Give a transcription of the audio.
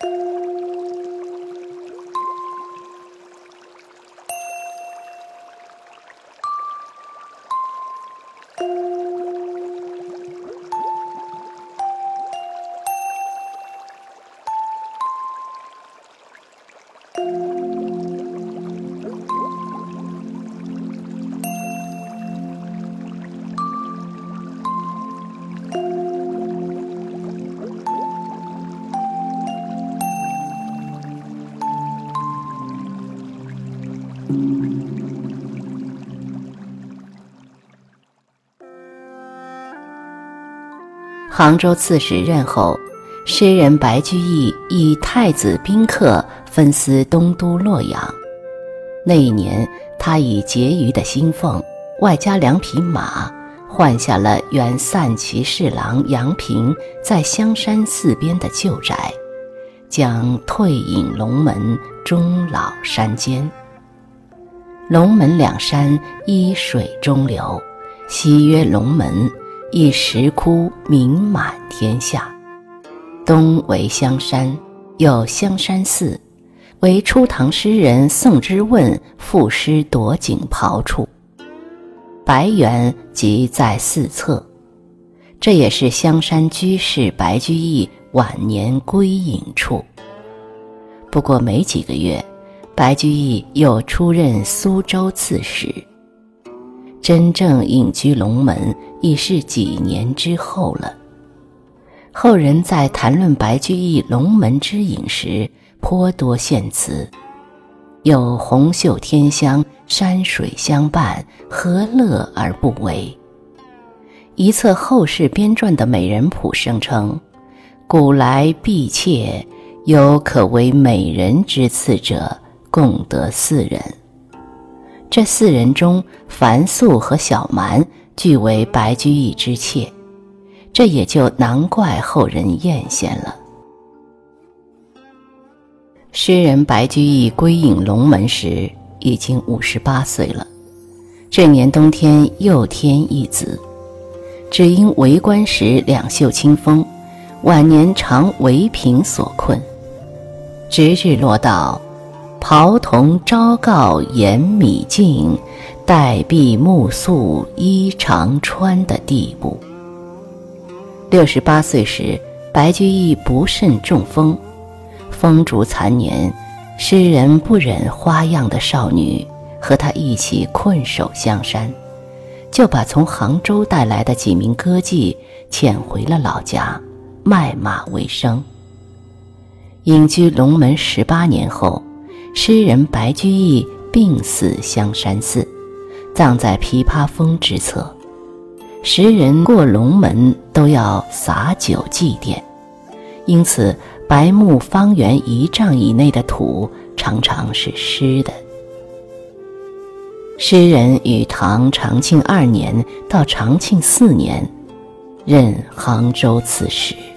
杭州刺史任后，诗人白居易以太子宾客分司东都洛阳。那一年，他以婕妤的薪俸，外加2匹马，换下了原散骑侍郎杨平在香山寺边的旧宅，将退隐龙门，终老山间。龙门两山依水中流，西曰龙门，一石窟名满天下。东为香山，有香山寺，为初唐诗人宋之问赋诗夺景庖处。白猿即在寺侧，这也是香山居士白居易晚年归隐处。不过没几个月，白居易又出任苏州刺史，真正隐居龙门已是几年之后了。后人在谈论白居易龙门之隐时，颇多献词，有红袖添香，山水相伴，何乐而不为？一册后世编撰的美人谱声称，古来婢妾有可为美人之次者，共得4人。这4人中，樊素和小蛮俱为白居易之妾，这也就难怪后人艳羡了。诗人白居易归隐龙门时已经58岁了，这年冬天又添一子，只因为官时两袖清风，晚年常为贫所困，直至落到袍童昭告盐米尽，待婢暮宿衣裳穿的地步。68岁时，白居易不慎中风，风烛残年，诗人不忍花样的少女和他一起困守香山，就把从杭州带来的几名歌妓遣回了老家，卖马为生。隐居龙门18年后，诗人白居易病死香山寺，葬在琵琶峰之侧。时人过龙门都要洒酒祭奠，因此白墓方圆1丈以内的土常常是湿的。诗人于唐长庆2年到长庆4年任杭州刺史。